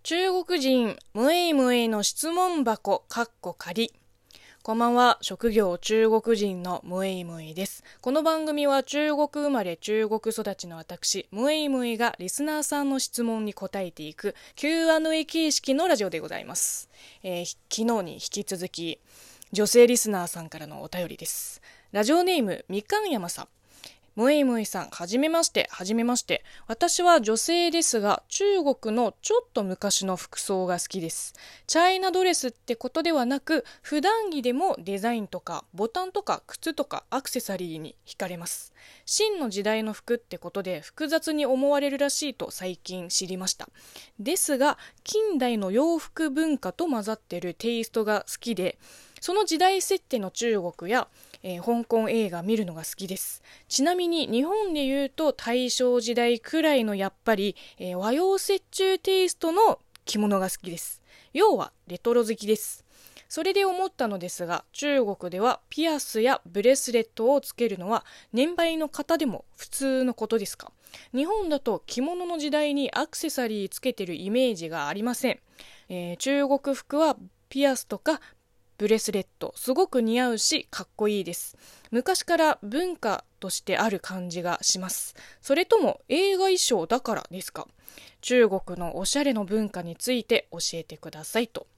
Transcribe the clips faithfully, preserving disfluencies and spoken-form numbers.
中国人ムイムイの質問箱かっこ仮。こんばんは。職業中国人のムイムイです。この番組は中国生まれ中国育ちの私ムイムイがリスナーさんの質問に答えていく キューアンドエー 形式のラジオでございます、えー、昨日に引き続き女性リスナーさんからのお便りです。ラジオネームみかんやまさん。ムイムイさん、はじめまして、はじめまして。私は女性ですが、中国のちょっと昔の服装が好きです。チャイナドレスってことではなく、普段着でもデザインとか、ボタンとか靴とかアクセサリーに惹かれます。真の時代の服ってことで複雑に思われるらしいと最近知りました。ですが、近代の洋服文化と混ざってるテイストが好きで、その時代設定の中国や、えー、香港映画見るのが好きです。ちなみに日本でいうと大正時代くらいのやっぱり、えー、和洋折衷テイストの着物が好きです。要はレトロ好きです。それで思ったのですが、中国ではピアスやブレスレットをつけるのは年配の方でも普通のことですか？日本だと着物の時代にアクセサリーつけてるイメージがありません。えー、中国服はピアスとかブレスレットすごく似合うしかっこいいです。昔から文化としてある感じがします。それとも映画衣装だからですか？中国のおしゃれの文化について教えてくださいと。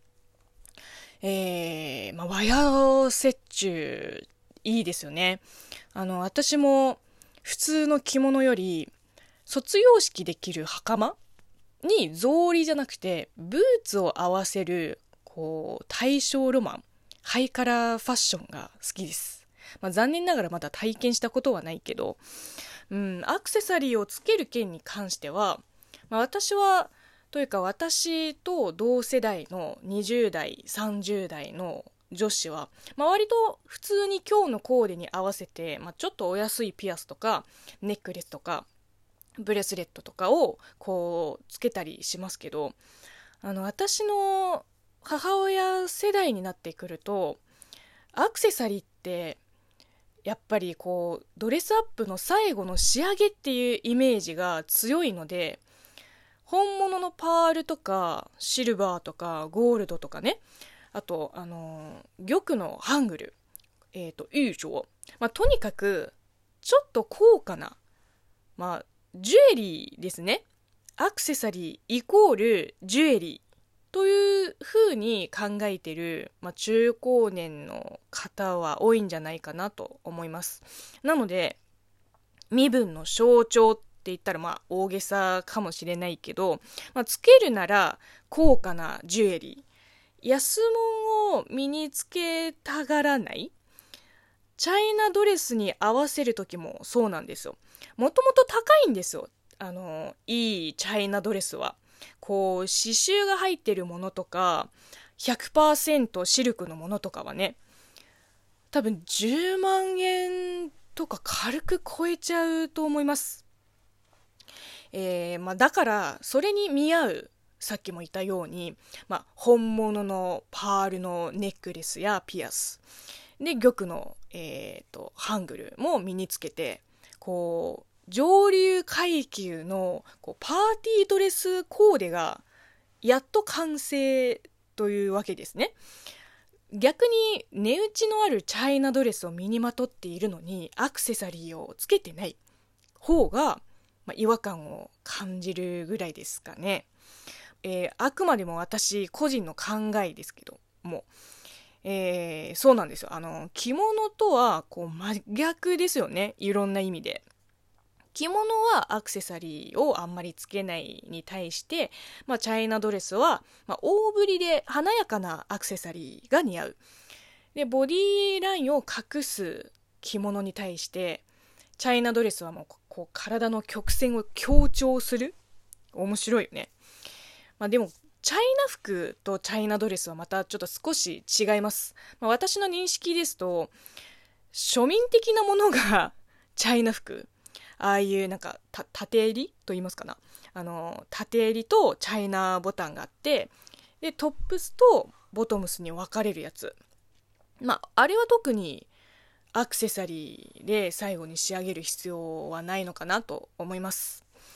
えーまあ、和洋折衷いいですよね。あの私も普通の着物より卒業式で着る袴に草履じゃなくてブーツを合わせるこう大正ロマン、ハイカラーファッションが好きです。まあ、残念ながらまだ体験したことはないけど、うん、アクセサリーをつける件に関しては、まあ、私はというか私と同世代のにじゅう代さんじゅう代の女子は、まあ、割と普通に今日のコーデに合わせて、まあ、ちょっとお安いピアスとかネックレスとかブレスレットとかをこうつけたりしますけど、あの私の母親世代になってくるとアクセサリーってやっぱりこうドレスアップの最後の仕上げっていうイメージが強いので、本物のパールとかシルバーとかゴールドとかね、あとあの玉のハングル、えっと玉鐲、まあとにかくちょっと高価な、まあジュエリーですね。アクセサリーイコールジュエリーというふうに考えている、まあ、中高年の方は多いんじゃないかなと思います。なので身分の象徴って言ったらまあ大げさかもしれないけど、まあ、つけるなら高価なジュエリー、安物を身につけたがらない。チャイナドレスに合わせる時もそうなんですよ。もともと高いんですよ。あのいいチャイナドレスはこう刺繍が入ってるものとか ひゃくパーセント シルクのものとかはね、多分じゅうまんえんとか軽く超えちゃうと思います。えーまあ、だからそれに見合う、さっきも言ったように、まあ、本物のパールのネックレスやピアスで玉の、えーと、ハングルも身につけて、こう上流階級のこうパーティードレスコーデがやっと完成というわけですね。逆に値打ちのあるチャイナドレスを身にまとっているのにアクセサリーをつけてない方が、まあ、違和感を感じるぐらいですかね。えー、あくまでも私個人の考えですけども、えー、そうなんですよ。あの着物とはこう真逆ですよね、いろんな意味で。着物はアクセサリーをあんまりつけないに対して、まあ、チャイナドレスは、まあ、大ぶりで華やかなアクセサリーが似合う。でボディラインを隠す着物に対してチャイナドレスはもうこう体の曲線を強調する。面白いよね。まあ、でもチャイナ服とチャイナドレスはまたちょっと少し違います。まあ、私の認識ですと庶民的なものがチャイナ服、ああいうなんかた縦襟と言いますかな、あの縦襟とチャイナボタンがあって、でトップスとボトムスに分かれるやつ、まああれは特にアクセサリーで最後に仕上げる必要はないのかなと思います。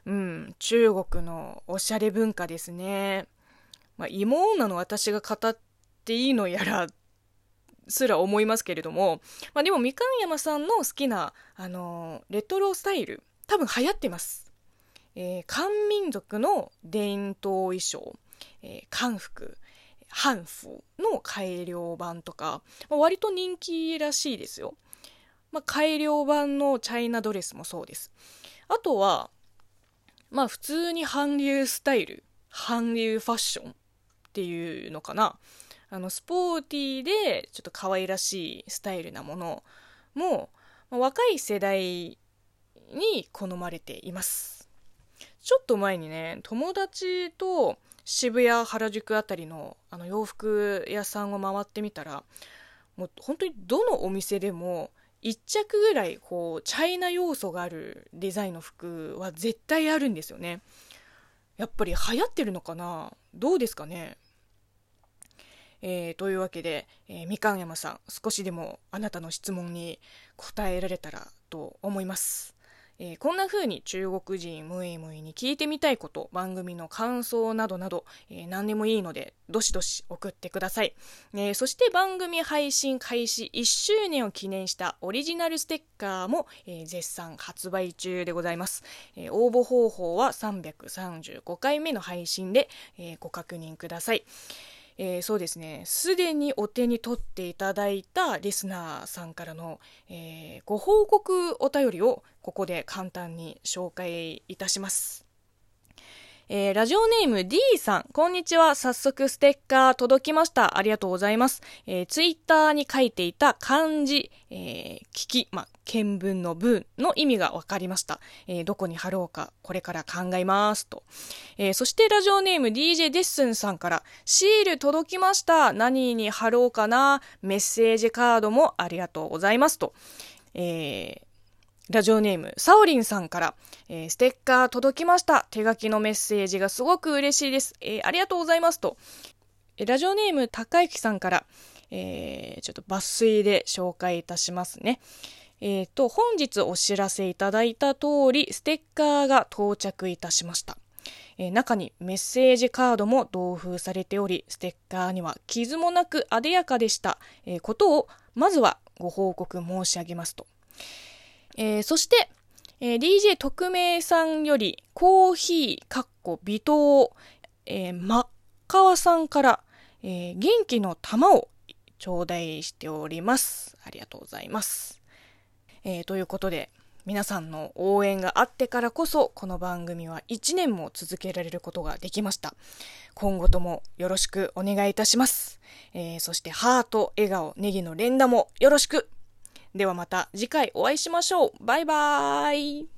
うん、中国のおしゃれ文化ですね。まあ、芋女の私が語っていいのやらすら思いますけれども、まあ、でもみかん山さんの好きな、あのーレトロスタイル、多分流行ってます。えー、漢民族の伝統衣装、えー、漢服、漢服の改良版とか、まあ、割と人気らしいですよ。まあ、改良版のチャイナドレスもそうです。あとは、まあ普通に韓流スタイル、韓流ファッションっていうのかな。あのスポーティーでちょっと可愛らしいスタイルなものも、まあ、若い世代に好まれています。ちょっと前にね、友達と渋谷原宿あたりのあの洋服屋さんを回ってみたら、もう本当にどのお店でも一着ぐらいこうチャイナ要素があるデザインの服は絶対あるんですよね。やっぱり流行ってるのかな、どうですかね。えー、というわけで、えー、みかん山さん、少しでもあなたの質問に答えられたらと思います。えー、こんな風に中国人ムイムイに聞いてみたいこと、番組の感想などなど、えー、何でもいいのでどしどし送ってください。えー、そして番組配信開始いっしゅうねんを記念したオリジナルステッカーも、えー、絶賛発売中でございます。えー、応募方法はさんびゃくさんじゅうごかいめの配信で、えー、ご確認ください。えー、そうですね、すでにお手に取っていただいたリスナーさんからの、えー、ご報告お便りをここで簡単に紹介いたします。えー、ラジオネーム D さん、こんにちは。早速ステッカー届きました。ありがとうございます。えー、ツイッターに書いていた漢字、えー、聞き、ま、見聞の文の意味が分かりました。えー、どこに貼ろうか、これから考えますと。えー、そしてラジオネーム ディージェー デッスンさんから、シール届きました。何に貼ろうかな。メッセージカードもありがとうございますと。えーラジオネームサオリンさんから、えー、ステッカー届きました。手書きのメッセージがすごく嬉しいです。えー、ありがとうございますと。えー、ラジオネーム高之さんから、えー、ちょっと抜粋で紹介いたしますね。えーと、本日お知らせいただいた通り、ステッカーが到着いたしました。えー、中にメッセージカードも同封されており、ステッカーには傷もなく艶やかでした、えー、ことをまずはご報告申し上げますと。えー、そして、えー、ディージェー 特命さんよりコーヒーかっこ微糖、えー、真っ川さんから、えー、元気の玉を頂戴しております。ありがとうございます。えー、ということで皆さんの応援があってからこそこの番組はいちねんも続けられることができました。今後ともよろしくお願いいたします。えー、そしてハート、笑顔、ネギの連打もよろしく。ではまた次回お会いしましょう。バイバーイ。